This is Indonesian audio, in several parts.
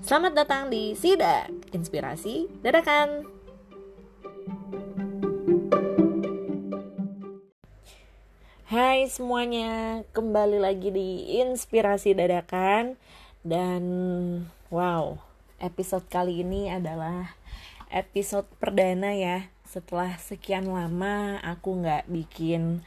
Selamat datang di Sidak, Inspirasi Dadakan. Hai semuanya, kembali lagi di Inspirasi Dadakan. Dan wow, episode kali ini adalah episode perdana ya. Setelah sekian lama aku gak bikin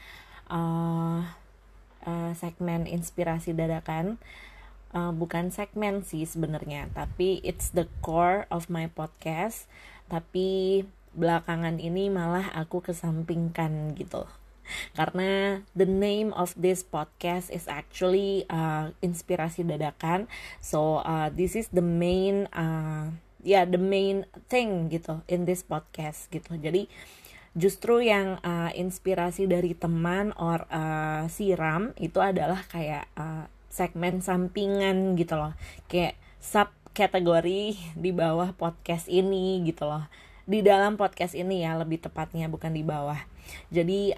segmen Inspirasi Dadakan. Bukan segmen sih sebenarnya, tapi it's the core of my podcast. Tapi belakangan ini malah aku kesampingkan gitu, karena the name of this podcast is actually Inspirasi Dadakan. So this is the main the main thing gitu in this podcast gitu. Jadi justru yang inspirasi dari teman or siram itu adalah kayak segmen sampingan gitu loh, kayak sub kategori di bawah podcast ini gitu loh, di dalam podcast ini ya lebih tepatnya, bukan di bawah. Jadi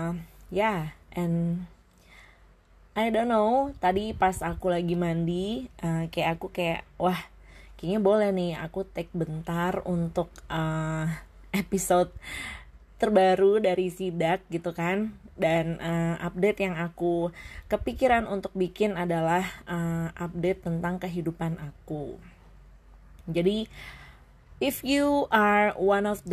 and I don't know, tadi pas aku lagi mandi aku wah kayaknya boleh nih aku take bentar untuk episode terbaru dari Sidak gitu kan. Dan update yang aku kepikiran untuk bikin adalah update tentang kehidupan aku. Jadi if you are one of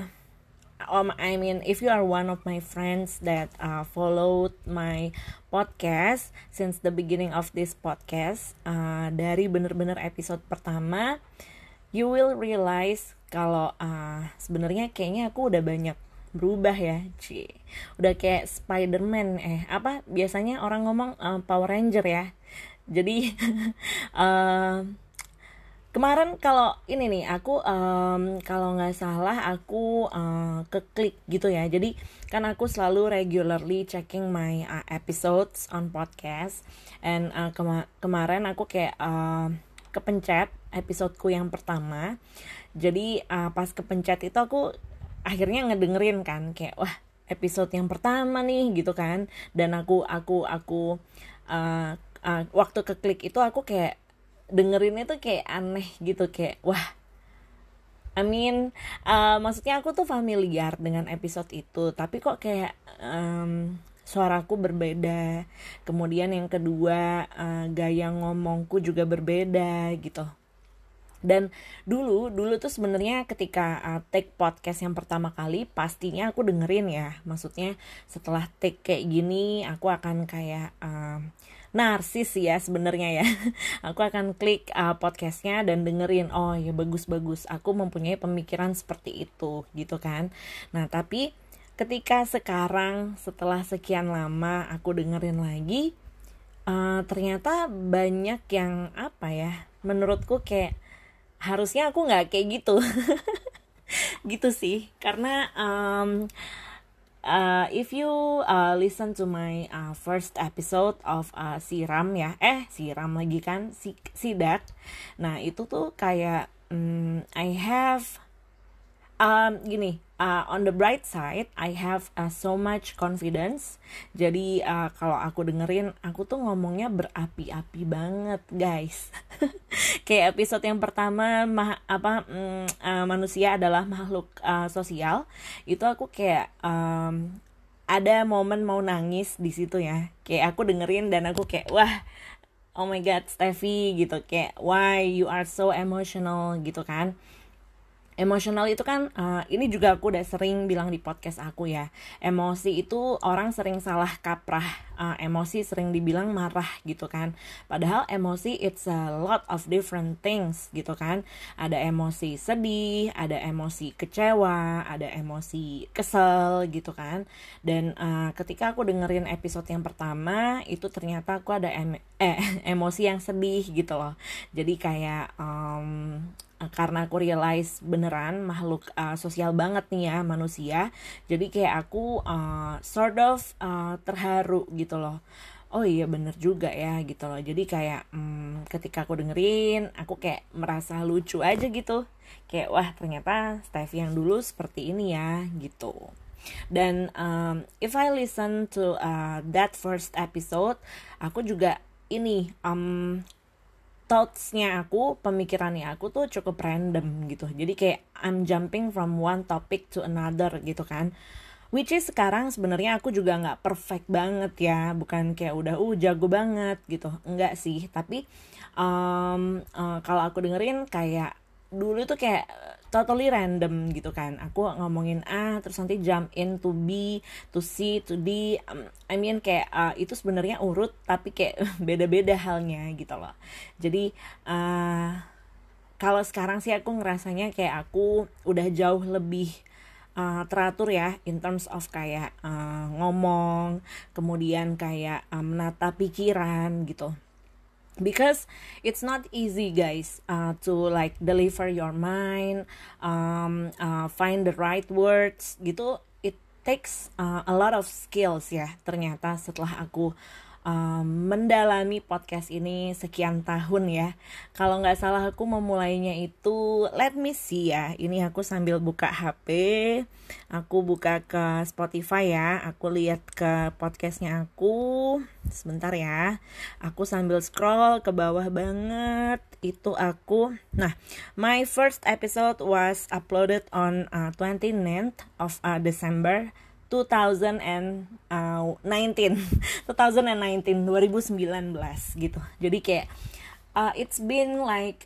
my friends that followed my podcast since the beginning of this podcast, dari bener-bener episode pertama, you will realize kalau sebenarnya kayaknya aku udah banyak berubah ya, udah kayak Spider-Man, biasanya orang ngomong Power Ranger ya. Jadi kemarin kalau ini nih aku kalau nggak salah aku keklik gitu ya. Jadi kan aku selalu regularly checking my episodes on podcast, and kemarin aku kayak kepencet episodeku yang pertama. Jadi pas kepencet itu aku akhirnya ngedengerin kan, kayak wah episode yang pertama nih gitu kan. Dan aku waktu keklik itu aku kayak dengerinnya tuh kayak aneh gitu, kayak wah maksudnya aku tuh familiar dengan episode itu, tapi kok kayak suaraku berbeda. Kemudian yang kedua gaya ngomongku juga berbeda gitu. Dan dulu tuh sebenarnya ketika take podcast yang pertama kali pastinya aku dengerin ya. Maksudnya setelah take kayak gini aku akan kayak narsis ya sebenarnya ya. Aku akan klik podcastnya dan dengerin, oh ya bagus, aku mempunyai pemikiran seperti itu gitu kan. Nah tapi ketika sekarang setelah sekian lama aku dengerin lagi, ternyata banyak yang menurutku kayak harusnya aku nggak kayak gitu. Gitu sih, karena if you listen to my first episode of Siram ya, Siram lagi kan, Sidak. Nah itu tuh kayak I have on the bright side, I have so much confidence. Jadi kalau aku dengerin, aku tuh ngomongnya berapi-api banget guys. Kayak episode yang pertama manusia adalah makhluk sosial, itu aku kayak ada momen mau nangis di situ ya. Kayak aku dengerin dan aku kayak wah, oh my god Steffi gitu, kayak why you are so emotional gitu kan. Emosional itu kan ini juga aku udah sering bilang di podcast aku ya. Emosi itu orang sering salah kaprah. Emosi sering dibilang marah gitu kan. Padahal emosi it's a lot of different things gitu kan. Ada emosi sedih, ada emosi kecewa, ada emosi kesel gitu kan. Dan ketika aku dengerin episode yang pertama itu ternyata aku ada emosi yang sedih gitu loh. Jadi kayak karena aku realize beneran makhluk sosial banget nih ya manusia. Jadi kayak aku sort of terharu gitu loh. Oh iya bener juga ya gitu loh. Jadi kayak ketika aku dengerin, aku kayak merasa lucu aja gitu. Kayak wah ternyata Steffi yang dulu seperti ini ya gitu. Dan if I listen to that first episode, aku juga ini thoughts-nya aku, pemikirannya aku tuh cukup random gitu. Jadi kayak I'm jumping from one topic to another gitu kan. Which is sekarang sebenarnya aku juga nggak perfect banget ya, bukan kayak udah jago banget gitu, enggak sih. Tapi kalau aku dengerin kayak dulu tuh kayak totally random gitu kan. Aku ngomongin A terus nanti jump in to B, to C, to D. I mean kayak itu sebenarnya urut tapi kayak beda-beda halnya gitu loh. Jadi kalau sekarang sih aku ngerasanya kayak aku udah jauh lebih teratur ya in terms of kayak ngomong, kemudian kayak menata pikiran gitu. Because it's not easy guys to like deliver your mind, find the right words gitu. It takes a lot of skills ya ternyata setelah aku mendalami podcast ini sekian tahun ya. Kalau nggak salah aku memulainya itu, let me see ya, ini aku sambil buka HP, aku buka ke Spotify ya, aku lihat ke podcastnya aku sebentar ya, aku sambil scroll ke bawah banget. Itu aku, nah my first episode was uploaded on 29th of December 2019 gitu. Jadi kayak it's been like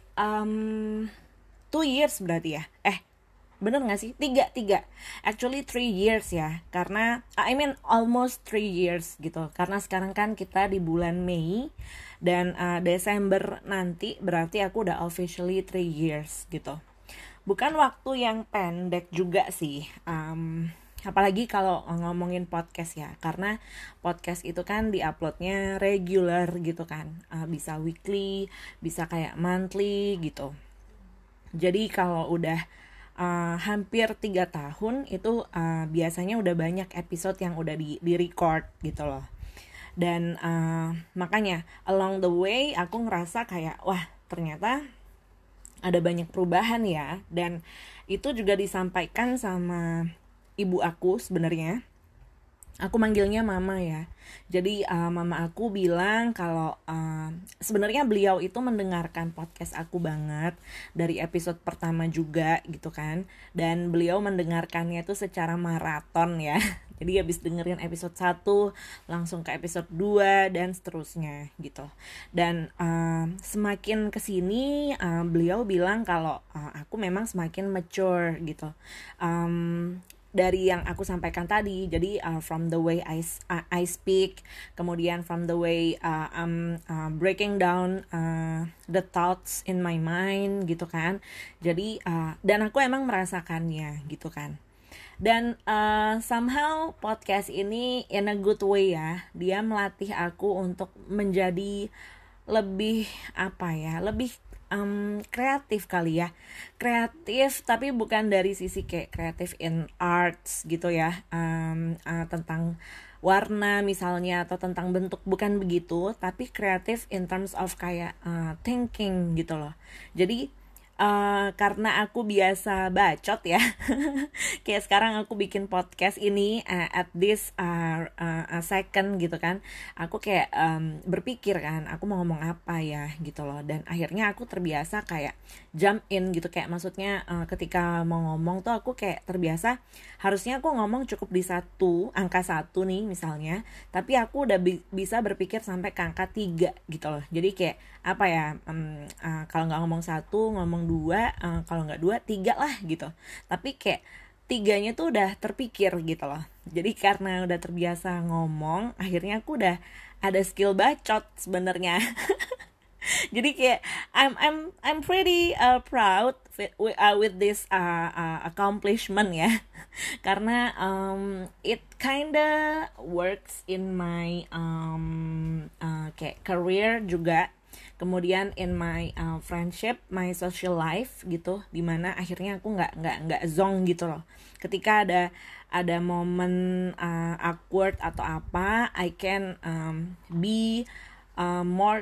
2 years berarti ya. Bener gak sih? Tiga actually 3 years ya. Karena I mean almost 3 years gitu. Karena sekarang kan kita di bulan Mei, dan Desember nanti berarti aku udah officially 3 years gitu. Bukan waktu yang pendek juga sih, apalagi kalau ngomongin podcast ya, karena podcast itu kan diuploadnya regular gitu kan, bisa weekly, bisa kayak monthly gitu. Jadi kalau udah hampir 3 tahun itu biasanya udah banyak episode yang udah di record gitu loh. Dan makanya along the way aku ngerasa kayak wah ternyata ada banyak perubahan ya. Dan itu juga disampaikan sama ibu aku sebenarnya. Aku manggilnya mama ya. Jadi mama aku bilang kalau sebenarnya beliau itu mendengarkan podcast aku banget dari episode pertama juga gitu kan. Dan beliau mendengarkannya itu secara maraton ya. Jadi habis dengerin episode 1 langsung ke episode 2 dan seterusnya gitu. Dan semakin kesini beliau bilang kalau aku memang semakin mature gitu. Dari yang aku sampaikan tadi, jadi from the way I speak, kemudian from the way I'm breaking down the thoughts in my mind gitu kan. Jadi dan aku emang merasakannya gitu kan. Dan somehow podcast ini in a good way ya, dia melatih aku untuk menjadi lebih lebih kreatif kali ya. Kreatif tapi bukan dari sisi kayak kreatif in arts gitu ya, tentang warna misalnya atau tentang bentuk, bukan begitu, tapi kreatif in terms of kayak thinking gitu loh. Jadi karena aku biasa bacot ya kayak sekarang aku bikin podcast ini at this second gitu kan, aku kayak berpikir kan aku mau ngomong apa ya gitu loh. Dan akhirnya aku terbiasa kayak jump in gitu, kayak maksudnya ketika mau ngomong tuh aku kayak terbiasa, harusnya aku ngomong cukup di angka 1 nih misalnya, tapi aku udah bisa berpikir sampai ke angka 3 gitu loh. Jadi kayak apa ya, kalau nggak ngomong 1 ngomong 2, kalau nggak 2 3 lah gitu. Tapi kayak 3-nya tuh udah terpikir gitu loh. Jadi karena udah terbiasa ngomong, akhirnya aku udah ada skill bacot sebenarnya. Jadi kayak I'm pretty proud with this accomplishment ya. Karena it kinda works in my kayak career juga. Kemudian in my friendship, my social life gitu, dimana akhirnya aku nggak zong gitu loh. Ketika ada momen awkward atau apa, I can be more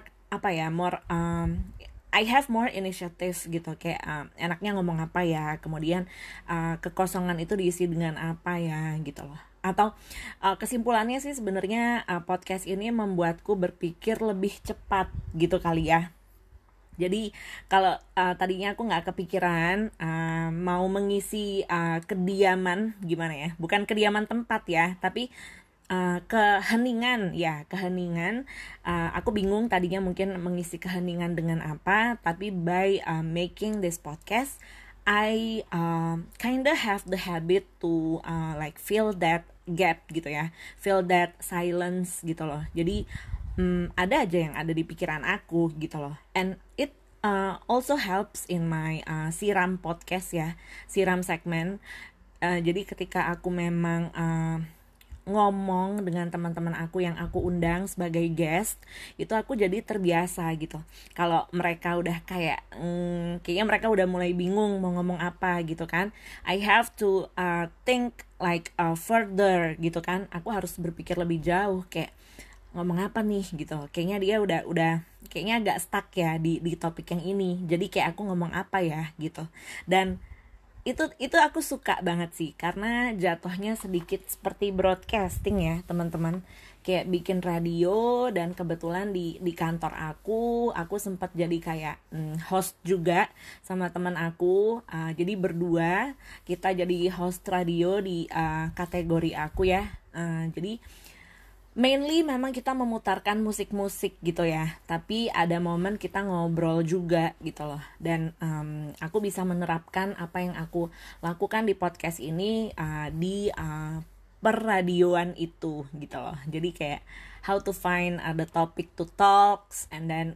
I have more initiatives gitu, kayak enaknya ngomong apa ya, kemudian kekosongan itu diisi dengan apa ya gitu loh. Atau kesimpulannya sih sebenarnya podcast ini membuatku berpikir lebih cepat gitu kali ya. Jadi kalau tadinya aku nggak kepikiran mau mengisi kediaman, gimana ya? Bukan kediaman tempat ya, tapi keheningan ya, keheningan. Aku bingung tadinya mungkin mengisi keheningan dengan apa, tapi by making this podcast, I kinda have the habit to like fill that gap gitu ya, fill that silence gitu loh. Jadi ada aja yang ada di pikiran aku gitu loh, and it also helps in my siram podcast ya, siram segmen. Jadi ketika aku memang ngomong dengan teman-teman aku yang aku undang sebagai guest, itu aku jadi terbiasa gitu. Kalau mereka udah kayak kayaknya mereka udah mulai bingung mau ngomong apa gitu kan, I have to think like further gitu kan. Aku harus berpikir lebih jauh, kayak ngomong apa nih gitu. Kayaknya dia udah kayaknya agak stuck ya di topik yang ini. Jadi kayak aku ngomong apa ya gitu. Dan itu aku suka banget sih, karena jatuhnya sedikit seperti broadcasting ya teman-teman, kayak bikin radio. Dan kebetulan di kantor aku sempat jadi kayak host juga sama teman aku. Jadi berdua kita jadi host radio di kategori aku ya. Jadi mainly memang kita memutarkan musik-musik gitu ya, tapi ada momen kita ngobrol juga gitu loh. Dan aku bisa menerapkan apa yang aku lakukan di podcast ini di perradioan itu gitu loh. Jadi kayak how to find the topic to talks, and then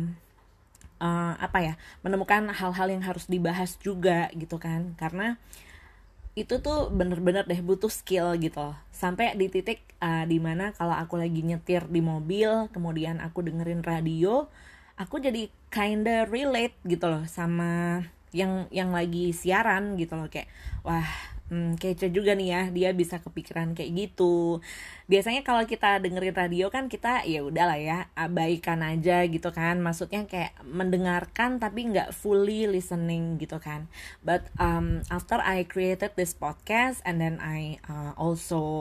menemukan hal-hal yang harus dibahas juga gitu kan. Karena itu tuh bener-bener deh butuh skill gitu loh. Sampai di titik dimana kalau aku lagi nyetir di mobil, kemudian aku dengerin radio, aku jadi kinda relate gitu loh sama yang lagi siaran gitu loh. Kayak wah, kece juga nih ya, dia bisa kepikiran kayak gitu. Biasanya kalau kita dengerin radio kan kita ya udahlah ya, abaikan aja gitu kan. Maksudnya kayak mendengarkan tapi nggak fully listening gitu kan. But after I created this podcast, and then I also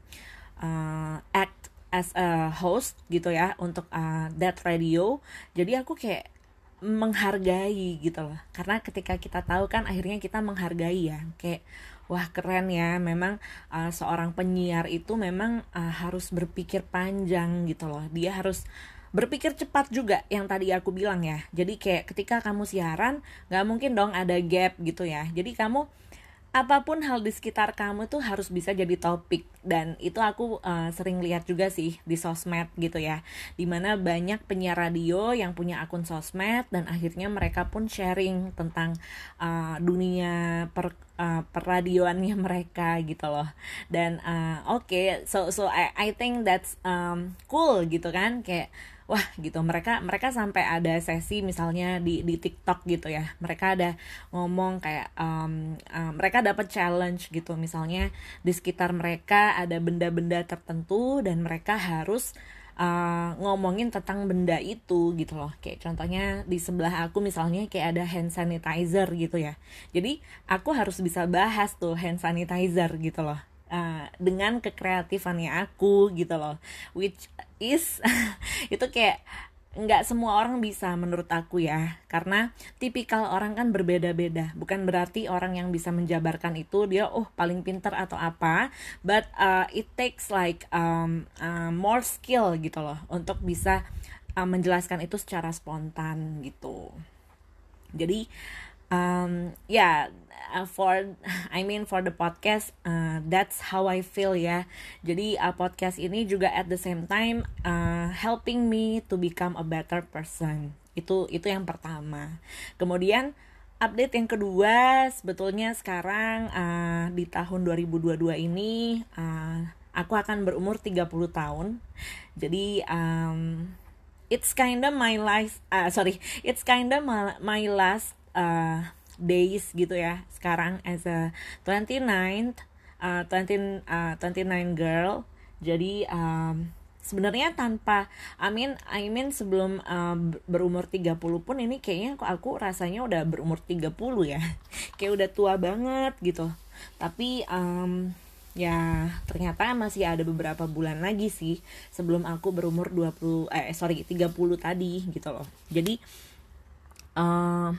act as a host gitu ya untuk that radio. Jadi aku kayak menghargai gitu loh. Karena ketika kita tahu kan akhirnya kita menghargai ya. Kayak wah keren ya, memang seorang penyiar itu memang harus berpikir panjang gitu loh. Dia harus berpikir cepat juga, yang tadi aku bilang ya. Jadi kayak ketika kamu siaran, gak mungkin dong ada gap gitu ya. Jadi kamu apapun hal di sekitar kamu tuh harus bisa jadi topik. Dan itu aku sering lihat juga sih di sosmed gitu ya, dimana banyak penyiar radio yang punya akun sosmed, dan akhirnya mereka pun sharing tentang dunia perradioannya mereka gitu loh. Dan so I think that's cool gitu kan. Kayak wah gitu, mereka sampai ada sesi misalnya di TikTok gitu ya, mereka ada ngomong kayak mereka dapat challenge gitu, misalnya di sekitar mereka ada benda-benda tertentu dan mereka harus ngomongin tentang benda itu gitu loh. Kayak contohnya di sebelah aku misalnya kayak ada hand sanitizer gitu ya, jadi aku harus bisa bahas tuh hand sanitizer gitu loh. Dengan kekreatifannya aku gitu loh, which is itu kayak nggak semua orang bisa menurut aku ya, karena tipikal orang kan berbeda-beda. Bukan berarti orang yang bisa menjabarkan itu dia paling pintar atau apa, but it takes like more skill gitu loh untuk bisa menjelaskan itu secara spontan gitu. Jadi for the podcast, that's how I feel ya. Jadi podcast ini juga at the same time helping me to become a better person. Itu yang pertama. Kemudian update yang kedua, sebetulnya sekarang di tahun 2022 ini aku akan berumur 30 tahun. Jadi it's kinda my last days gitu ya sekarang as a 29 girl. Jadi sebenarnya tanpa I mean sebelum berumur 30 pun ini kayaknya aku rasanya udah berumur 30 ya. Kayak udah tua banget gitu. Tapi ya ternyata masih ada beberapa bulan lagi sih sebelum aku berumur 30 tadi gitu loh. Jadi uh,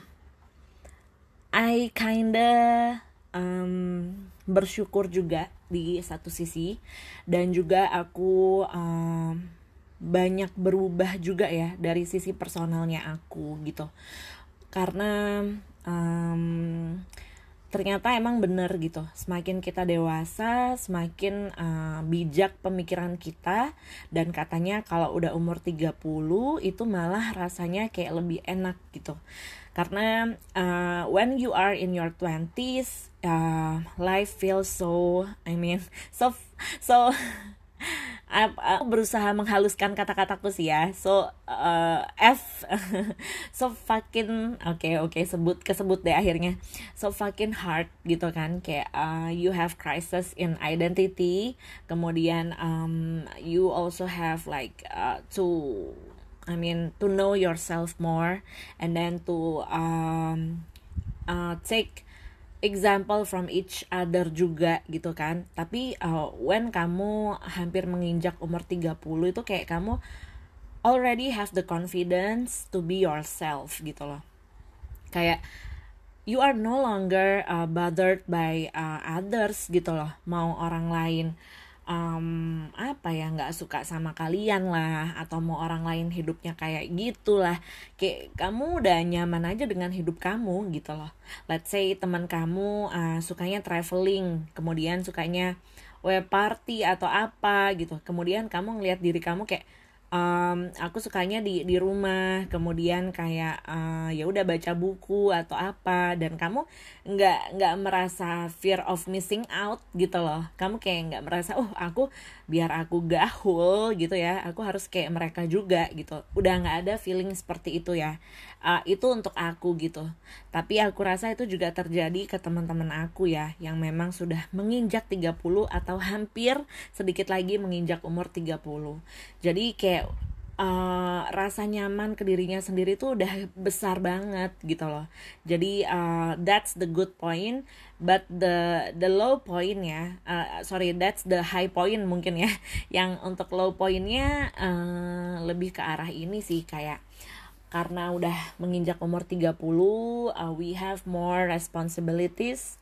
I kinda bersyukur juga di satu sisi, dan juga aku banyak berubah juga ya dari sisi personalnya aku gitu, karena ternyata emang bener gitu, semakin kita dewasa semakin bijak pemikiran kita, dan katanya kalau udah umur 30 itu malah rasanya kayak lebih enak gitu. Karena when you are in your 20s, life feels so, so aku berusaha menghaluskan kata-kataku sih ya. So so fucking oke, kesebut deh akhirnya. So fucking hard gitu kan, kayak you have crisis in identity, kemudian you also have like to know yourself more, and then to take example from each other juga gitu kan. Tapi when kamu hampir menginjak umur 30 itu kayak kamu already have the confidence to be yourself gitu loh. Kayak you are no longer bothered by others gitu loh. Mau orang lain nggak suka sama kalian lah, atau mau orang lain hidupnya kayak gitulah, kayak kamu udah nyaman aja dengan hidup kamu gitu loh. Let's say teman kamu sukanya traveling, kemudian sukanya party atau apa gitu, kemudian kamu ngelihat diri kamu kayak aku sukanya di rumah, kemudian kayak ya udah baca buku atau apa, dan kamu nggak merasa fear of missing out gitu loh. Kamu kayak nggak merasa aku biar aku gaul gitu ya, aku harus kayak mereka juga gitu. Udah nggak ada feeling seperti itu ya. Itu untuk aku gitu. Tapi aku rasa itu juga terjadi ke teman-teman aku ya, yang memang sudah menginjak 30 atau hampir sedikit lagi menginjak umur 30. Jadi kayak rasa nyaman ke dirinya sendiri tuh udah besar banget gitu loh. Jadi that's the good point, but the low point ya, that's the high point mungkin ya. Yang untuk low pointnya lebih ke arah ini sih, kayak karena udah menginjak umur 30, we have more responsibilities,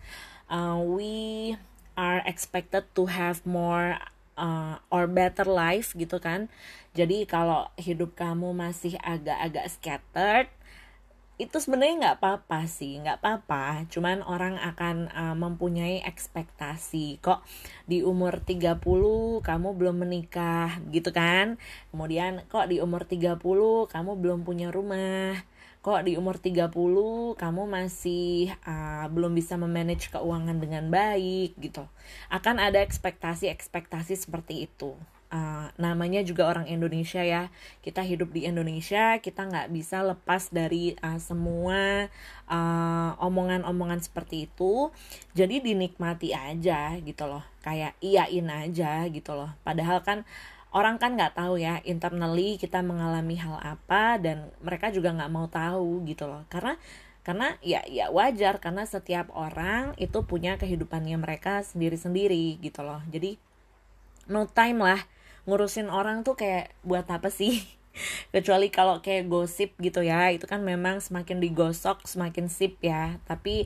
we are expected to have more or better life gitu kan. Jadi kalau hidup kamu masih agak-agak scattered, itu sebenarnya nggak apa-apa sih, nggak apa-apa. Cuman orang akan mempunyai ekspektasi, kok di umur 30 kamu belum menikah gitu kan. Kemudian kok di umur 30 kamu belum punya rumah, kok di umur 30 kamu masih belum bisa memanage keuangan dengan baik gitu. Akan ada ekspektasi-ekspektasi seperti itu. Namanya juga orang Indonesia ya, kita hidup di Indonesia, kita nggak bisa lepas dari semua omongan-omongan seperti itu. Jadi dinikmati aja gitu loh, kayak iyain aja gitu loh. Padahal kan orang kan nggak tahu ya internally kita mengalami hal apa, dan mereka juga nggak mau tahu gitu loh, karena ya wajar, karena setiap orang itu punya kehidupannya mereka sendiri-sendiri gitu loh. Jadi no time lah ngurusin orang tuh, kayak buat apa sih? Kecuali kalau kayak gosip gitu ya, itu kan memang semakin digosok semakin sip ya. Tapi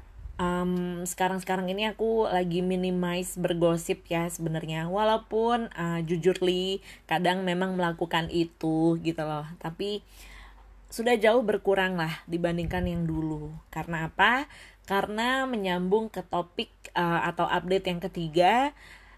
sekarang ini aku lagi minimize bergosip ya sebenarnya, walaupun jujur kadang memang melakukan itu gitu loh, tapi sudah jauh berkurang lah dibandingkan yang dulu. Karena apa? Karena menyambung ke topik atau update yang ketiga,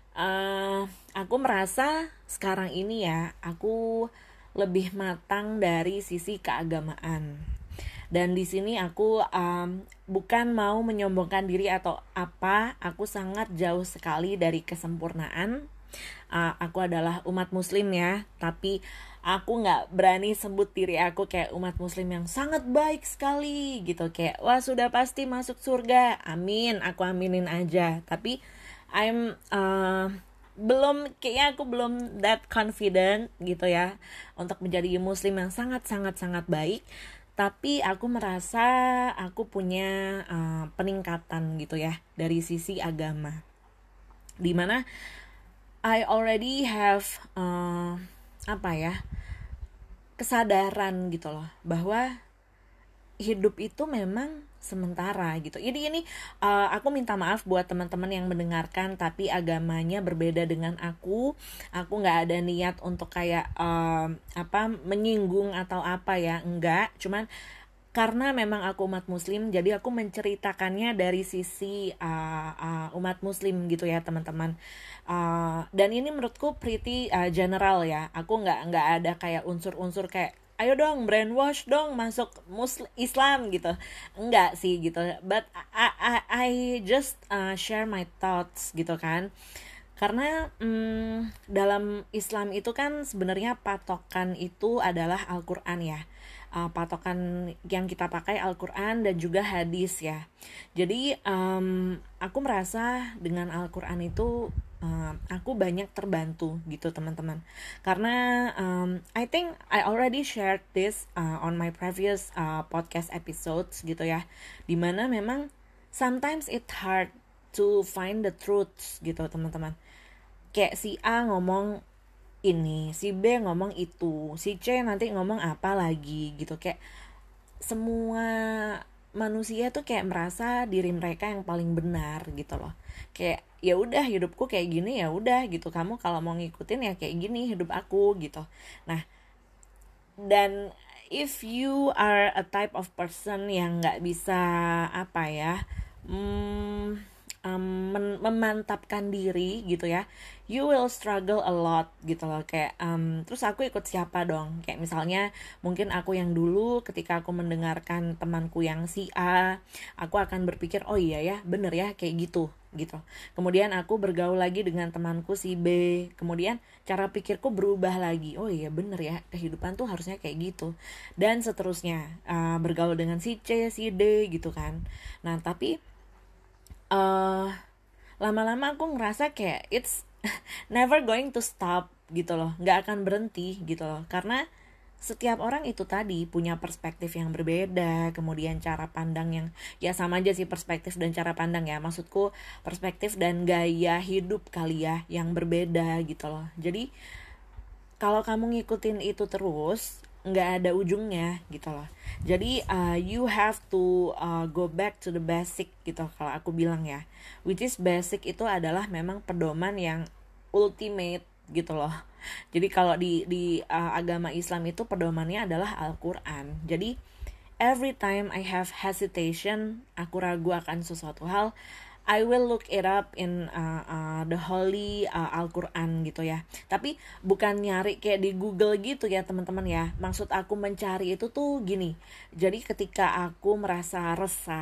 aku merasa sekarang ini ya aku lebih matang dari sisi keagamaan. Dan di sini aku bukan mau menyombongkan diri atau apa, aku sangat jauh sekali dari kesempurnaan. Aku adalah umat muslim ya, tapi aku nggak berani sebut diri aku kayak umat muslim yang sangat baik sekali gitu, kayak wah sudah pasti masuk surga, amin, aku aminin aja. Tapi kayaknya aku belum that confident gitu ya untuk menjadi muslim yang sangat baik. Tapi aku merasa aku punya peningkatan gitu ya dari sisi agama, dimana I already have kesadaran gitu loh, bahwa hidup itu memang sementara gitu. Jadi ini aku minta maaf buat teman-teman yang mendengarkan tapi agamanya berbeda dengan aku. Aku nggak ada niat untuk kayak menyinggung atau apa ya, enggak. Cuman karena memang aku umat muslim, jadi aku menceritakannya dari sisi umat muslim gitu ya teman-teman. Dan ini menurutku pretty general ya. Aku nggak ada kayak unsur-unsur kayak ayo dong brainwash dong masuk Islam gitu, enggak sih gitu. But I just share my thoughts gitu kan. Karena dalam Islam itu kan sebenarnya patokan itu adalah Al-Quran ya. Patokan yang kita pakai Al-Quran dan juga hadis ya. Jadi aku merasa dengan Al-Quran itu aku banyak terbantu gitu teman-teman. Karena I think I already shared this on my previous podcast episodes gitu ya. Dimana memang sometimes it hard to find the truths gitu teman-teman. Kayak si A ngomong ini, si B ngomong itu, si C nanti ngomong apa lagi gitu. Kayak semua manusia tuh kayak merasa diri mereka yang paling benar gitu loh. Kayak ya udah hidupku kayak gini, ya udah gitu. Kamu kalau mau ngikutin ya kayak gini hidup aku gitu. Nah, dan if you are a type of person yang nggak bisa apa ya, memantapkan diri gitu ya, you will struggle a lot gitu loh. Kayak terus aku ikut siapa dong? Kayak misalnya mungkin aku yang dulu ketika aku mendengarkan temanku yang si A, aku akan berpikir oh iya ya bener ya kayak gitu. Kemudian aku bergaul lagi dengan temanku si B, kemudian cara pikirku berubah lagi, oh iya bener ya kehidupan tuh harusnya kayak gitu, dan seterusnya. Bergaul dengan si C, si D gitu kan. Nah tapi lama-lama aku ngerasa kayak it's never going to stop gitu loh, nggak akan berhenti gitu loh. Karena setiap orang itu tadi punya perspektif yang berbeda, kemudian cara pandang yang ya sama aja sih, perspektif dan cara pandang ya, maksudku perspektif dan gaya hidup kali ya yang berbeda gitu loh. Jadi kalau kamu ngikutin itu terus nggak ada ujungnya gitu loh. Jadi you have to go back to the basic gitu kalau aku bilang ya, which is basic itu adalah memang pedoman yang ultimate gitu loh. Jadi kalau di agama Islam itu pedomannya adalah Al-Quran. Jadi every time I have hesitation, aku ragu akan sesuatu hal, I will look it up in the holy Al-Quran gitu ya. Tapi bukan nyari kayak di Google gitu ya teman-teman ya. Maksud aku mencari itu tuh gini. Jadi ketika aku merasa resah,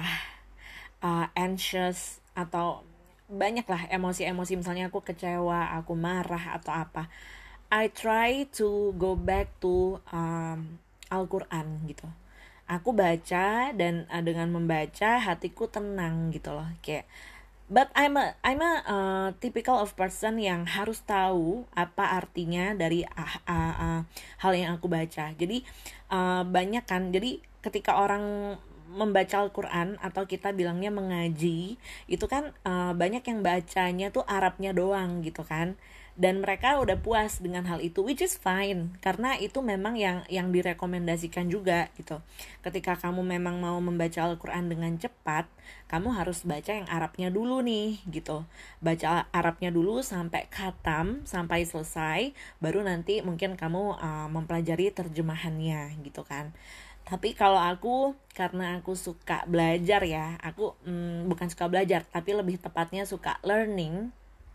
anxious, atau banyak lah emosi-emosi, misalnya aku kecewa, aku marah atau apa, I try to go back to Al-Quran gitu. Aku baca dan dengan membaca hatiku tenang gitu loh. Kayak but I'm a typical of person yang harus tahu apa artinya dari hal yang aku baca. Jadi banyak kan. Jadi ketika orang membaca Al-Quran atau kita bilangnya mengaji, itu kan banyak yang bacanya tuh Arabnya doang gitu kan. Dan mereka udah puas dengan hal itu, which is fine, karena itu memang yang direkomendasikan juga gitu. Ketika kamu memang mau membaca Al-Quran dengan cepat, kamu harus baca yang Arabnya dulu nih gitu. Baca Arabnya dulu sampai khatam, sampai selesai, baru nanti mungkin kamu mempelajari terjemahannya gitu kan. Tapi kalau aku, karena aku suka belajar ya, aku bukan suka belajar, tapi lebih tepatnya suka learning.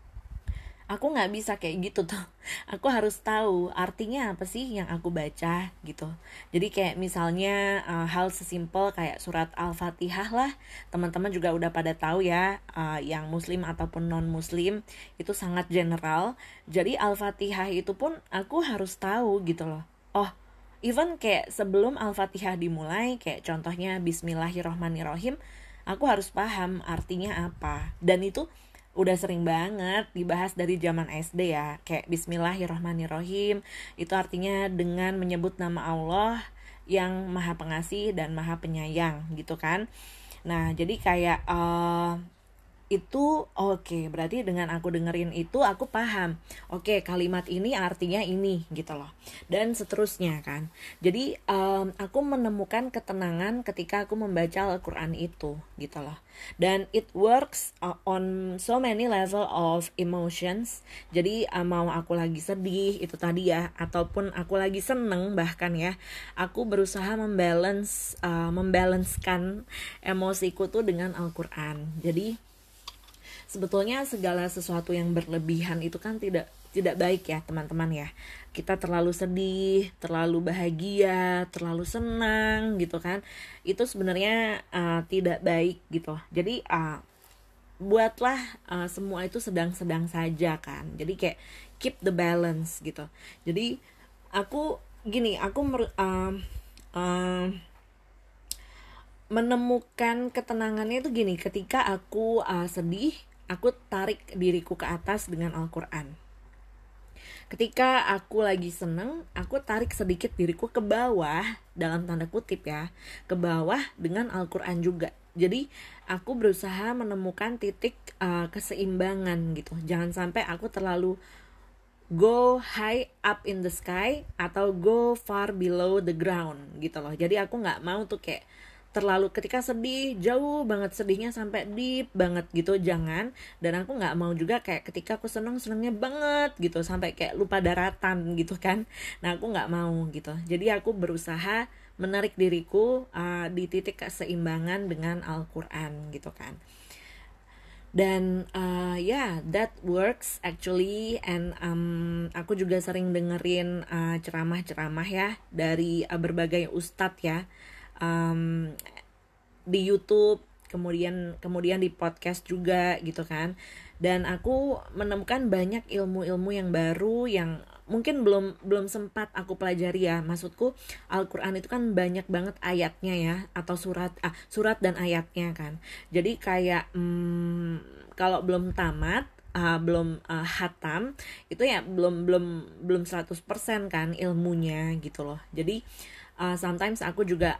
Aku gak bisa kayak gitu tuh. Aku harus tahu artinya apa sih yang aku baca gitu. Jadi kayak misalnya hal sesimpel kayak surat Al-Fatihah lah. Teman-teman juga udah pada tahu ya, yang muslim ataupun non-muslim itu sangat general. Jadi Al-Fatihah itu pun aku harus tahu gitu loh. Oh, even kayak sebelum Al-Fatihah dimulai, kayak contohnya Bismillahirrohmanirrohim, aku harus paham artinya apa. Dan itu udah sering banget dibahas dari zaman SD ya. Kayak Bismillahirrohmanirrohim itu artinya dengan menyebut nama Allah yang maha pengasih dan maha penyayang gitu kan. Nah jadi kayak itu oke, berarti dengan aku dengerin itu aku paham, oke kalimat ini artinya ini gitu loh, dan seterusnya kan. Jadi aku menemukan ketenangan ketika aku membaca Al-Quran itu gitu loh, dan it works on so many level of emotions. Jadi mau aku lagi sedih itu tadi ya, ataupun aku lagi seneng bahkan ya, aku berusaha membalancekan emosiku tuh dengan Al-Quran. Jadi sebetulnya segala sesuatu yang berlebihan itu kan tidak baik ya teman-teman ya. Kita terlalu sedih, terlalu bahagia, terlalu senang gitu kan, itu sebenarnya tidak baik gitu. Jadi buatlah semua itu sedang-sedang saja kan. Jadi kayak keep the balance gitu. Jadi aku gini, aku menemukan ketenangannya itu gini, ketika aku sedih, aku tarik diriku ke atas dengan Al-Quran. Ketika aku lagi seneng, aku tarik sedikit diriku ke bawah, dalam tanda kutip ya, ke bawah dengan Al-Quran juga. Jadi aku berusaha menemukan titik keseimbangan gitu. Jangan sampai aku terlalu go high up in the sky atau go far below the ground gitu loh. Jadi aku gak mau tuh kayak terlalu ketika sedih jauh banget sedihnya sampai deep banget gitu, jangan. Dan aku nggak mau juga kayak ketika aku senengnya banget gitu sampai kayak lupa daratan gitu kan. Nah aku nggak mau gitu. Jadi aku berusaha menarik diriku di titik keseimbangan dengan Al-Quran gitu kan. Dan that works actually. And aku juga sering dengerin ceramah-ceramah ya dari berbagai ustadz ya, di YouTube, kemudian di podcast juga gitu kan. Dan aku menemukan banyak ilmu-ilmu yang baru yang mungkin belum sempat aku pelajari ya. Maksudku Al-Quran itu kan banyak banget ayatnya ya, atau surat dan ayatnya kan. Jadi kayak kalau belum tamat, belum hatam itu ya belum 100% kan ilmunya gitu loh. Jadi sometimes aku juga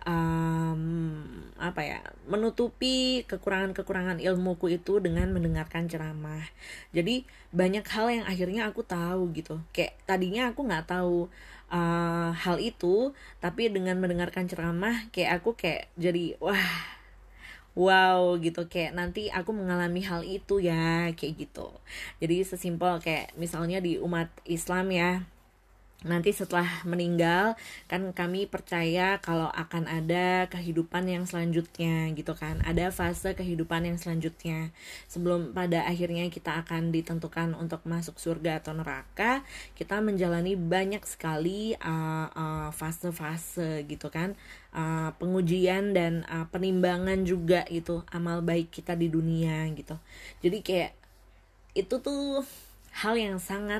menutupi kekurangan ilmuku itu dengan mendengarkan ceramah. Jadi banyak hal yang akhirnya aku tahu gitu. Kayak tadinya aku nggak tahu hal itu, tapi dengan mendengarkan ceramah kayak aku kayak jadi wow gitu, kayak nanti aku mengalami hal itu ya, kayak gitu. Jadi sesimpel kayak misalnya di umat Islam ya, nanti setelah meninggal kan kami percaya kalau akan ada kehidupan yang selanjutnya gitu kan, ada fase kehidupan yang selanjutnya sebelum pada akhirnya kita akan ditentukan untuk masuk surga atau neraka. Kita menjalani banyak sekali fase-fase gitu kan, pengujian dan penimbangan juga itu amal baik kita di dunia gitu. Jadi kayak itu tuh hal yang sangat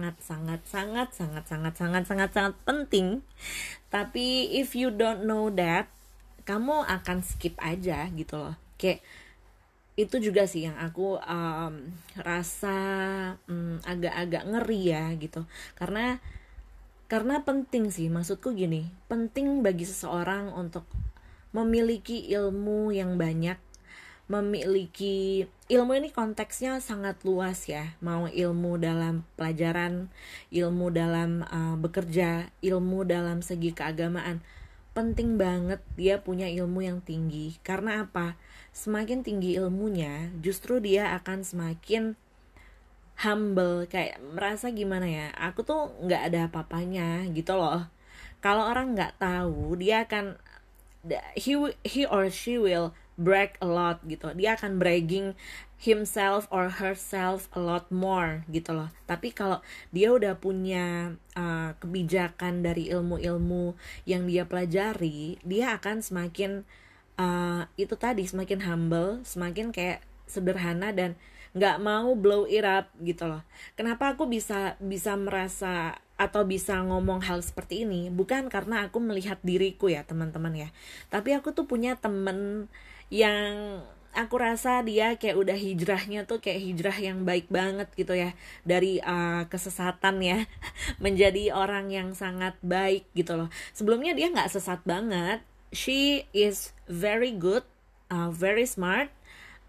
penting. Tapi if you don't know that, kamu akan skip aja gitu loh. Kayak itu juga sih yang aku rasa agak-agak ngeri ya gitu. Karena penting sih, maksudku gini, penting bagi seseorang untuk memiliki ilmu yang banyak. Memiliki ilmu ini konteksnya sangat luas ya, mau ilmu dalam pelajaran, ilmu dalam bekerja, ilmu dalam segi keagamaan. Penting banget dia punya ilmu yang tinggi. Karena apa? Semakin tinggi ilmunya, justru dia akan semakin humble, kayak merasa gimana ya, aku tuh gak ada apa-apanya gitu loh. Kalau orang gak tahu, dia akan he or she will brag a lot gitu. Dia akan bragging himself or herself a lot more gitu loh. Tapi kalau dia udah punya kebijakan dari ilmu-ilmu yang dia pelajari, dia akan semakin itu tadi, semakin humble, semakin kayak sederhana dan nggak mau blow it up gitu loh. Kenapa aku bisa merasa atau bisa ngomong hal seperti ini? Bukan karena aku melihat diriku ya teman-teman ya, tapi aku tuh punya temen yang aku rasa dia kayak udah hijrahnya tuh kayak hijrah yang baik banget gitu ya, dari kesesatan ya menjadi orang yang sangat baik gitu loh. Sebelumnya dia nggak sesat banget, she is very good, very smart,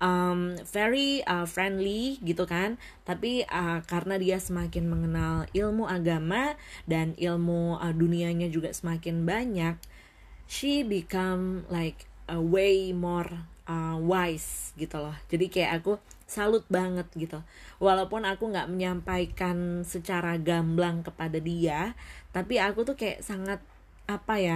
very friendly gitu kan, tapi karena dia semakin mengenal ilmu agama dan ilmu dunianya juga semakin banyak, she become like way more wise gitu loh. Jadi kayak aku salut banget gitu, walaupun aku nggak menyampaikan secara gamblang kepada dia, tapi aku tuh kayak sangat apa ya,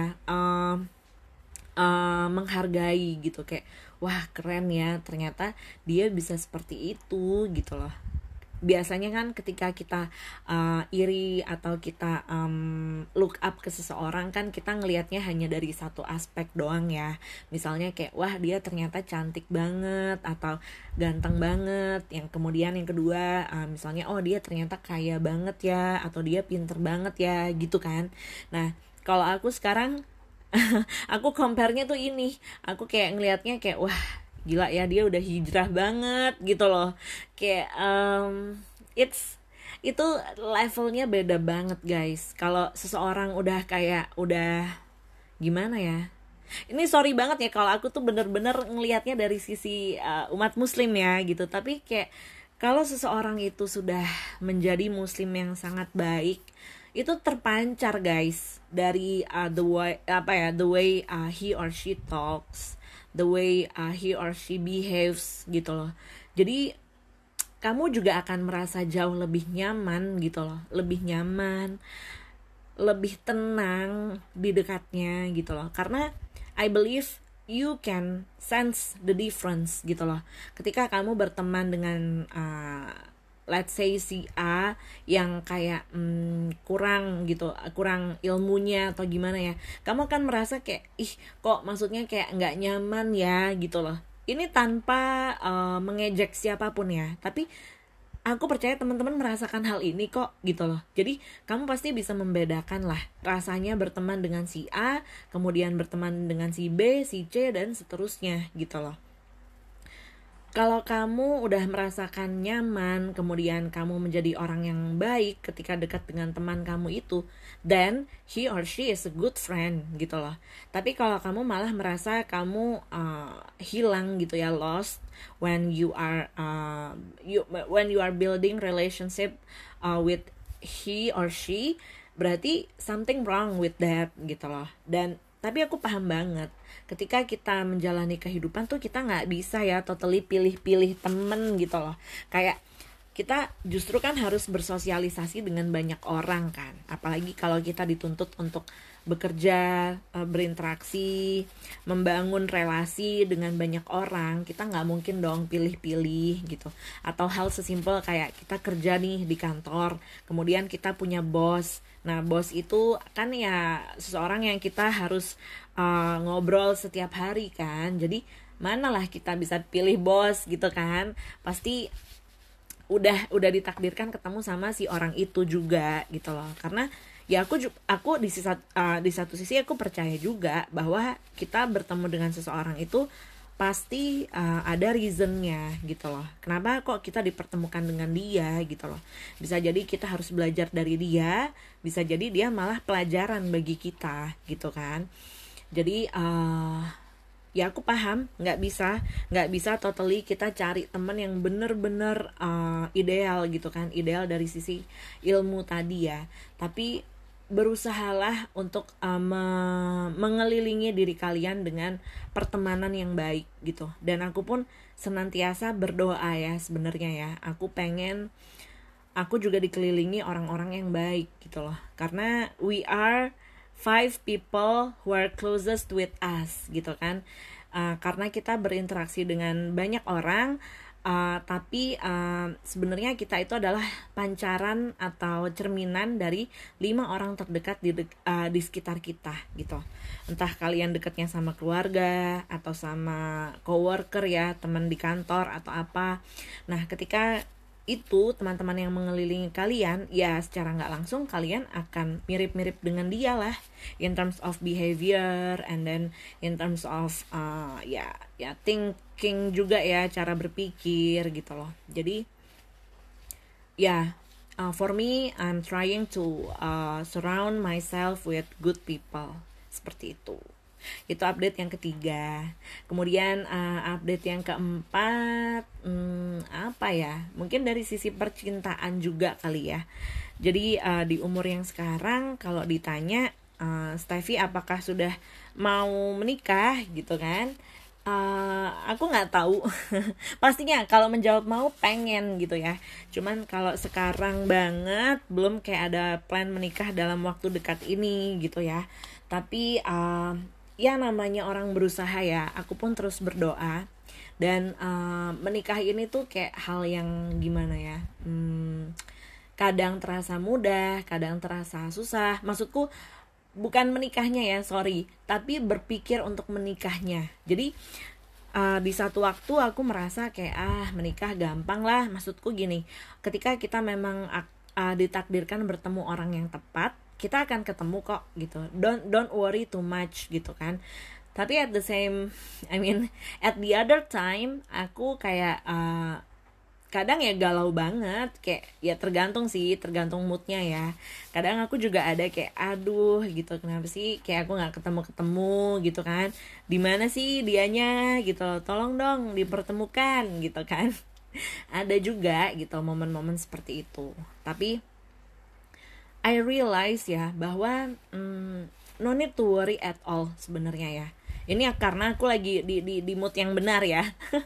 menghargai gitu, kayak wah keren ya, ternyata dia bisa seperti itu gitu loh. Biasanya kan ketika kita iri atau kita look up ke seseorang kan, kita ngelihatnya hanya dari satu aspek doang ya. Misalnya kayak wah dia ternyata cantik banget atau ganteng banget. Yang kemudian yang kedua misalnya oh dia ternyata kaya banget ya, atau dia pinter banget ya gitu kan. Nah kalau aku sekarang aku compare-nya tuh ini, aku kayak ngelihatnya kayak wah gila ya, dia udah hijrah banget gitu loh. Kayak itu levelnya beda banget guys. Kalau seseorang udah kayak udah gimana ya, ini sorry banget ya kalau aku tuh bener-bener ngelihatnya dari sisi umat muslim ya gitu, tapi kayak kalau seseorang itu sudah menjadi muslim yang sangat baik, itu terpancar guys dari the way he or she talks, the way he or she behaves gitu loh. Jadi kamu juga akan merasa jauh lebih nyaman gitu loh, lebih nyaman, lebih tenang di dekatnya gitu loh. Karena I believe you can sense the difference gitu loh. Ketika kamu berteman dengan let's say si A yang kayak kurang gitu, kurang ilmunya atau gimana ya, kamu akan merasa kayak ih kok maksudnya kayak nggak nyaman ya gitu loh. Ini tanpa mengejek siapapun ya, tapi aku percaya teman-teman merasakan hal ini kok gitu loh. Jadi kamu pasti bisa membedakan lah rasanya berteman dengan si A, kemudian berteman dengan si B, si C, dan seterusnya gitu loh. Kalau kamu udah merasakan nyaman, kemudian kamu menjadi orang yang baik ketika dekat dengan teman kamu itu, then he or she is a good friend gitu loh. Tapi kalau kamu malah merasa kamu hilang gitu ya, lost when you are building relationship with he or she, berarti something wrong with that gitu loh. Dan tapi aku paham banget, ketika kita menjalani kehidupan tuh kita nggak bisa ya totally pilih-pilih temen gitu loh. Kayak kita justru kan harus bersosialisasi dengan banyak orang kan, apalagi kalau kita dituntut untuk bekerja, berinteraksi, membangun relasi dengan banyak orang. Kita nggak mungkin dong pilih-pilih gitu. Atau hal sesimpel kayak kita kerja nih di kantor, kemudian kita punya bos. Nah bos itu kan ya seseorang yang kita harus ngobrol setiap hari kan. Jadi manalah kita bisa pilih bos gitu kan. Pasti udah ditakdirkan ketemu sama si orang itu juga gitu loh. Karena ya aku di satu sisi aku percaya juga bahwa kita bertemu dengan seseorang itu pasti ada reasonnya gitu loh. Kenapa kok kita dipertemukan dengan dia gitu loh. Bisa jadi kita harus belajar dari dia, bisa jadi dia malah pelajaran bagi kita gitu kan. Jadi ya aku paham nggak bisa totally kita cari teman yang bener-bener ideal gitu kan, ideal dari sisi ilmu tadi ya. Tapi berusahalah untuk mengelilingi diri kalian dengan pertemanan yang baik gitu. Dan aku pun senantiasa berdoa ya sebenarnya ya, aku pengen aku juga dikelilingi orang-orang yang baik gitu loh. Karena we are 5 people who are closest with us gitu kan. Karena kita berinteraksi dengan banyak orang, tapi sebenarnya kita itu adalah pancaran atau cerminan dari 5 orang terdekat di sekitar kita gitu. Entah kalian dekatnya sama keluarga atau sama coworker ya, teman di kantor atau apa. Nah ketika itu teman-teman yang mengelilingi kalian, ya secara nggak langsung kalian akan mirip-mirip dengan dia lah, in terms of behavior and then in terms of ya thinking juga ya, cara berpikir gitu loh. Jadi ya for me I'm trying to surround myself with good people seperti itu. Itu update yang ketiga. Kemudian update yang keempat, apa ya? Mungkin dari sisi percintaan juga kali ya. Jadi di umur yang sekarang kalau ditanya Steffi apakah sudah mau menikah gitu kan? Aku nggak tahu. Pastinya kalau menjawab mau pengen gitu ya. Cuman kalau sekarang banget belum kayak ada plan menikah dalam waktu dekat ini gitu ya. Tapi ya namanya orang berusaha ya. Aku pun terus berdoa. Dan menikah ini tuh kayak hal yang gimana ya? Kadang terasa mudah, kadang terasa susah. Maksudku bukan menikahnya ya, sorry, tapi berpikir untuk menikahnya. Jadi di satu waktu aku merasa kayak menikah gampang lah. Maksudku gini, ketika kita memang ditakdirkan bertemu orang yang tepat, kita akan ketemu kok gitu. Don't worry too much gitu kan. Tapi at the other time aku kayak kadang ya galau banget, kayak ya tergantung moodnya ya. Kadang aku juga ada kayak aduh gitu, kenapa sih kayak aku nggak ketemu gitu kan, di mana sih dianya gitu, tolong dong dipertemukan gitu kan. Ada juga gitu momen-momen seperti itu. Tapi I realize ya bahwa no need to worry at all sebenarnya ya. Ini ya karena aku lagi di mood yang benar ya.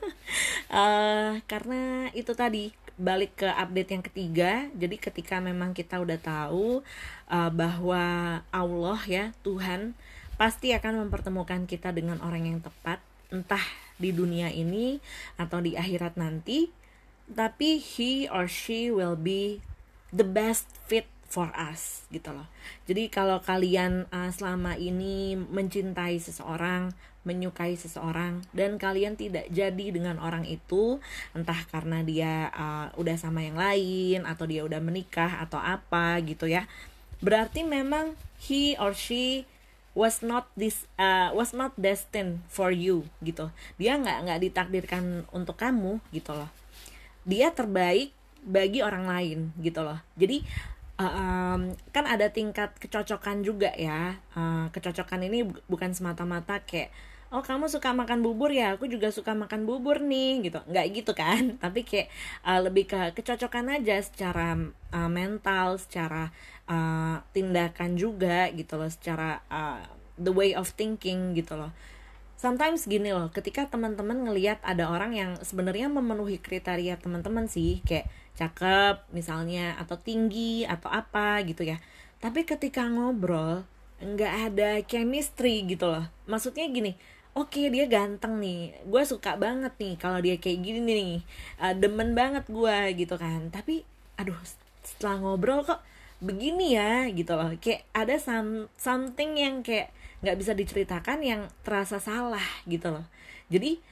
Karena itu tadi balik ke update yang ketiga. Jadi ketika memang kita udah tahu bahwa Allah ya, Tuhan pasti akan mempertemukan kita dengan orang yang tepat, entah di dunia ini atau di akhirat nanti, tapi he or she will be the best fit for us gitu loh. Jadi kalau kalian selama ini mencintai seseorang, menyukai seseorang, dan kalian tidak jadi dengan orang itu, entah karena dia udah sama yang lain atau dia udah menikah atau apa gitu ya, berarti memang he or she was not destined for you gitu. Dia nggak ditakdirkan untuk kamu gitu loh. Dia terbaik bagi orang lain gitu loh. Jadi kan ada tingkat kecocokan juga ya. Kecocokan ini bukan semata-mata kayak oh kamu suka makan bubur ya, aku juga suka makan bubur nih gitu. Nggak gitu kan. Tapi kayak lebih ke kecocokan aja secara mental, secara tindakan juga gitu loh, secara the way of thinking gitu loh. Sometimes gini loh, ketika teman-teman ngelihat ada orang yang sebenarnya memenuhi kriteria teman-teman sih, kayak cakep misalnya, atau tinggi, atau apa gitu ya. Tapi ketika ngobrol, nggak ada chemistry gitu loh. Maksudnya gini, oke, dia ganteng nih, gue suka banget nih kalau dia kayak gini nih, demen banget gue gitu kan. Tapi, aduh, setelah ngobrol kok begini ya gitu loh. Kayak ada something yang kayak nggak bisa diceritakan yang terasa salah gitu loh. Jadi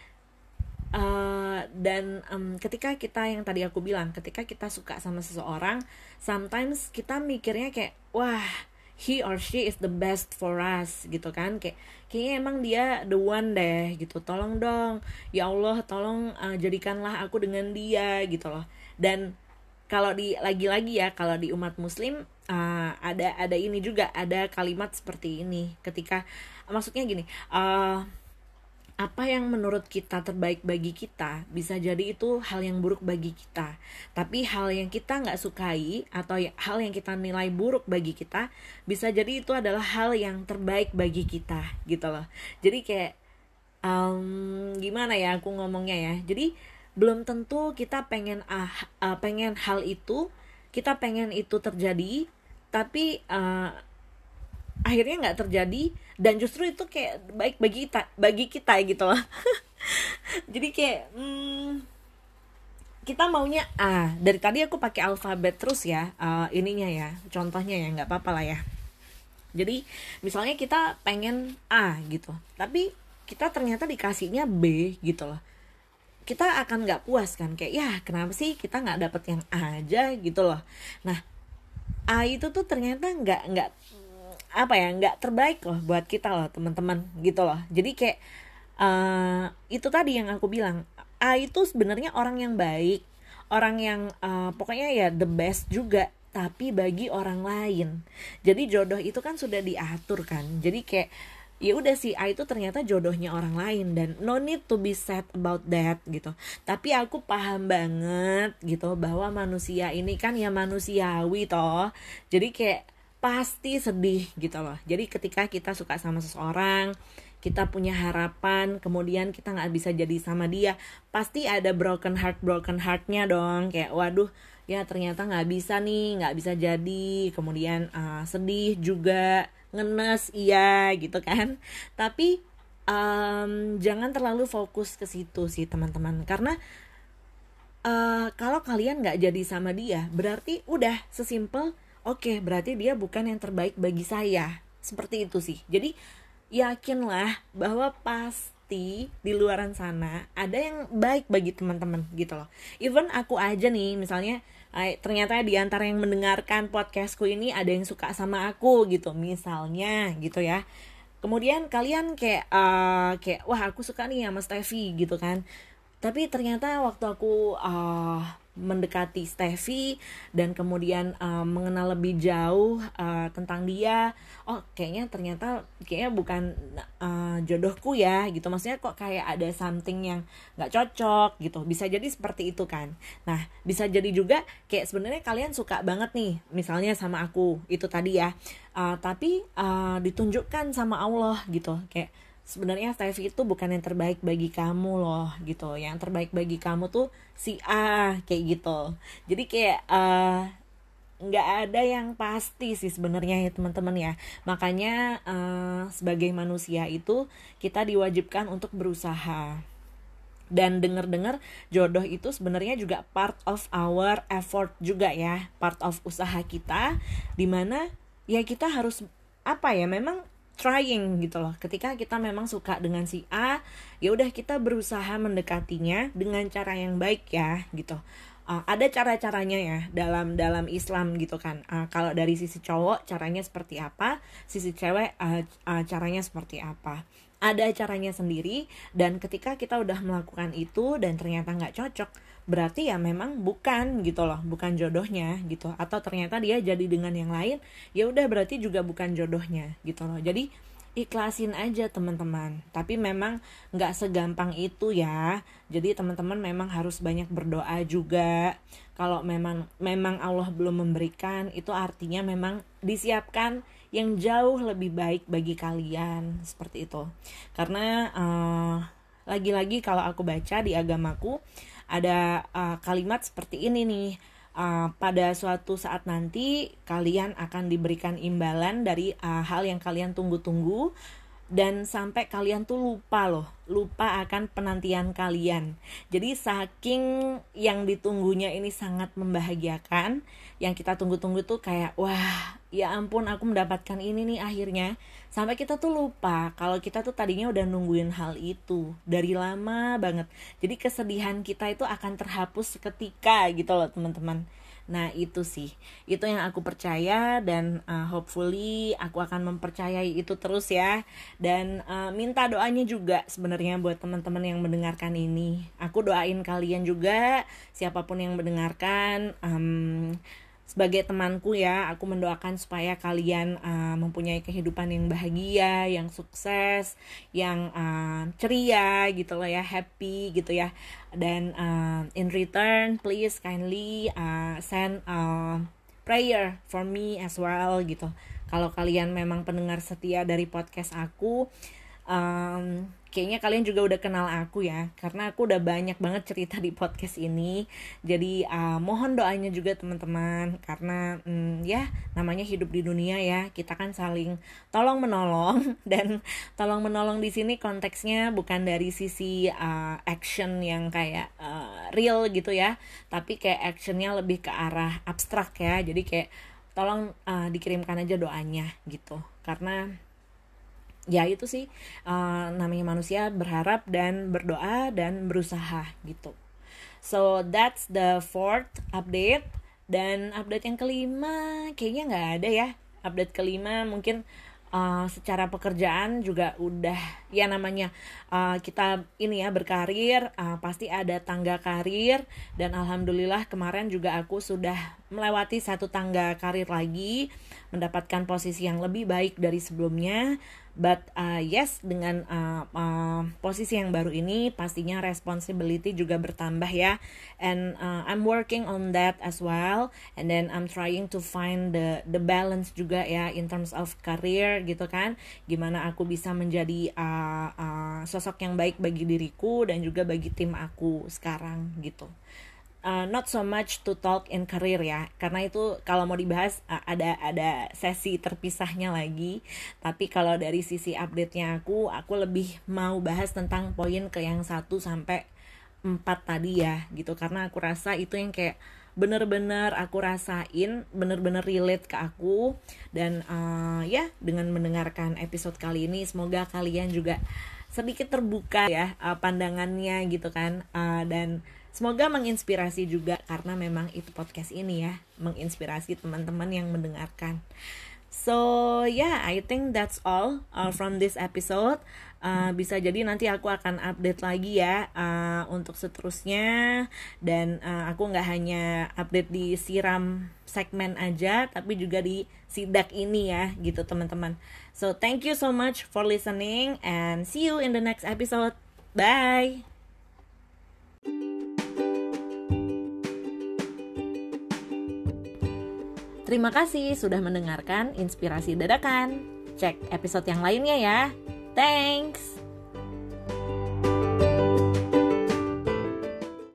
ketika kita yang tadi aku bilang, ketika kita suka sama seseorang, sometimes kita mikirnya kayak wah he or she is the best for us gitu kan, kayaknya emang dia the one deh gitu, tolong dong ya Allah, tolong jadikanlah aku dengan dia gitu loh. Dan kalau lagi-lagi ya, kalau di umat muslim ada ini juga, ada kalimat seperti ini ketika maksudnya gini, apa yang menurut kita terbaik bagi kita bisa jadi itu hal yang buruk bagi kita. Tapi hal yang kita gak sukai atau hal yang kita nilai buruk bagi kita bisa jadi itu adalah hal yang terbaik bagi kita gitu loh. Jadi kayak gimana ya aku ngomongnya ya. Jadi belum tentu kita pengen hal itu, kita pengen itu terjadi, tapi akhirnya nggak terjadi, dan justru itu kayak baik bagi kita gitu loh. Jadi kayak kita maunya dari tadi aku pakai alfabet terus ya, ininya ya, contohnya ya, nggak apa-apa lah ya. Jadi misalnya kita pengen A gitu, tapi kita ternyata dikasihnya B gitu loh. Kita akan nggak puas kan, kayak ya kenapa sih kita nggak dapet yang A aja gitu loh. Nah A itu tuh ternyata nggak terbaik loh buat kita loh teman-teman gitu loh. Jadi kayak itu tadi yang aku bilang, A itu sebenarnya orang yang baik, orang yang pokoknya ya the best juga, tapi bagi orang lain. Jadi jodoh itu kan sudah diatur kan. Jadi kayak ya udah si A itu ternyata jodohnya orang lain, dan no need to be sad about that gitu. Tapi aku paham banget gitu bahwa manusia ini kan ya manusiawi toh, jadi kayak pasti sedih gitu loh. Jadi ketika kita suka sama seseorang, kita punya harapan, kemudian kita nggak bisa jadi sama dia, pasti ada broken heartnya dong. Kayak waduh, ya ternyata nggak bisa nih, nggak bisa jadi. Kemudian sedih juga, ngenes iya gitu kan. Tapi jangan terlalu fokus ke situ sih teman-teman, karena kalau kalian nggak jadi sama dia, berarti udah sesimpel oke, berarti dia bukan yang terbaik bagi saya. Seperti itu sih. Jadi yakinlah bahwa pasti di luaran sana ada yang baik bagi teman-teman gitu loh. Even aku aja nih misalnya, ternyata di antara yang mendengarkan podcastku ini ada yang suka sama aku gitu misalnya gitu ya. Kemudian kalian kayak wah aku suka nih sama Steffi gitu kan. Tapi ternyata waktu aku mendekati Steffi dan kemudian mengenal lebih jauh tentang dia, oh kayaknya bukan jodohku ya gitu. Maksudnya kok kayak ada something yang nggak cocok gitu. Bisa jadi seperti itu kan. Nah bisa jadi juga kayak sebenarnya kalian suka banget nih misalnya sama aku itu tadi ya, tapi ditunjukkan sama Allah gitu, kayak sebenarnya Steffi itu bukan yang terbaik bagi kamu loh gitu. Yang terbaik bagi kamu tuh si A kayak gitu. Jadi kayak nggak ada yang pasti sih sebenarnya ya teman-teman ya. Makanya sebagai manusia itu kita diwajibkan untuk berusaha. Dan dengar-dengar jodoh itu sebenarnya juga part of our effort juga ya, part of usaha kita, dimana ya kita harus memang trying gitu loh. Ketika kita memang suka dengan si A, ya udah kita berusaha mendekatinya dengan cara yang baik ya gitu. Ada cara-caranya ya dalam Islam gitu kan. Kalau dari sisi cowok caranya seperti apa, sisi cewek caranya seperti apa. Ada caranya sendiri, dan ketika kita udah melakukan itu dan ternyata nggak cocok, berarti ya memang bukan gitu loh, bukan jodohnya gitu. Atau ternyata dia jadi dengan yang lain, ya udah berarti juga bukan jodohnya gitu loh. Jadi ikhlasin aja teman-teman. Tapi memang nggak segampang itu ya. Jadi teman-teman memang harus banyak berdoa juga. Kalau memang Allah belum memberikan, itu artinya memang disiapkan yang jauh lebih baik bagi kalian, seperti itu. Karena lagi-lagi kalau aku baca di agamaku ada kalimat seperti ini nih. Pada suatu saat nanti kalian akan diberikan imbalan dari hal yang kalian tunggu-tunggu, dan sampai kalian tuh lupa akan penantian kalian. Jadi saking yang ditunggunya ini sangat membahagiakan, yang kita tunggu-tunggu tuh kayak wah ya ampun aku mendapatkan ini nih akhirnya, sampai kita tuh lupa kalau kita tuh tadinya udah nungguin hal itu dari lama banget. Jadi kesedihan kita itu akan terhapus seketika gitu loh teman-teman. Nah itu sih, itu yang aku percaya, dan hopefully aku akan mempercayai itu terus ya. Dan minta doanya juga sebenarnya buat teman-teman yang mendengarkan ini. Aku doain kalian juga, siapapun yang mendengarkan, sebagai temanku ya, aku mendoakan supaya kalian mempunyai kehidupan yang bahagia, yang sukses, yang ceria gitu loh ya, happy gitu ya. Dan in return please kindly send prayer for me as well gitu. Kalau kalian memang pendengar setia dari podcast aku, kayaknya kalian juga udah kenal aku ya, karena aku udah banyak banget cerita di podcast ini. Jadi mohon doanya juga teman-teman, karena ya namanya hidup di dunia ya, kita kan saling tolong menolong. Dan tolong menolong di sini konteksnya bukan dari sisi action yang kayak real gitu ya, tapi kayak actionnya lebih ke arah abstrak ya. Jadi kayak tolong dikirimkan aja doanya gitu, karena ya itu sih namanya manusia, berharap dan berdoa dan berusaha gitu. So that's the fourth update. Dan update yang kelima kayaknya nggak ada ya. Update kelima mungkin secara pekerjaan juga udah ya, namanya kita ini ya berkarir, pasti ada tangga karir. Dan alhamdulillah kemarin juga aku sudah melewati satu tangga karir lagi, mendapatkan posisi yang lebih baik dari sebelumnya. But yes, dengan posisi yang baru ini pastinya responsibility juga bertambah ya. And I'm working on that as well. And then I'm trying to find the balance juga ya in terms of career gitu kan. Gimana aku bisa menjadi sosok yang baik bagi diriku dan juga bagi tim aku sekarang gitu. Not so much to talk in career ya, karena itu kalau mau dibahas ada sesi terpisahnya lagi. Tapi kalau dari sisi update-nya aku lebih mau bahas tentang poin ke yang 1 sampai 4 tadi ya gitu, karena aku rasa itu yang kayak bener-bener aku rasain, bener-bener relate ke aku. Dan ya dengan mendengarkan episode kali ini semoga kalian juga sedikit terbuka ya pandangannya gitu kan, dan semoga menginspirasi juga, karena memang itu podcast ini ya menginspirasi teman-teman yang mendengarkan. So yeah, I think that's all from this episode. Bisa jadi nanti aku akan update lagi ya untuk seterusnya. Dan aku gak hanya update di siram segmen aja, tapi juga di sidak ini ya gitu teman-teman. So thank you so much for listening and see you in the next episode. Bye. Terima kasih sudah mendengarkan Inspirasi Dadakan. Cek episode yang lainnya ya. Thanks.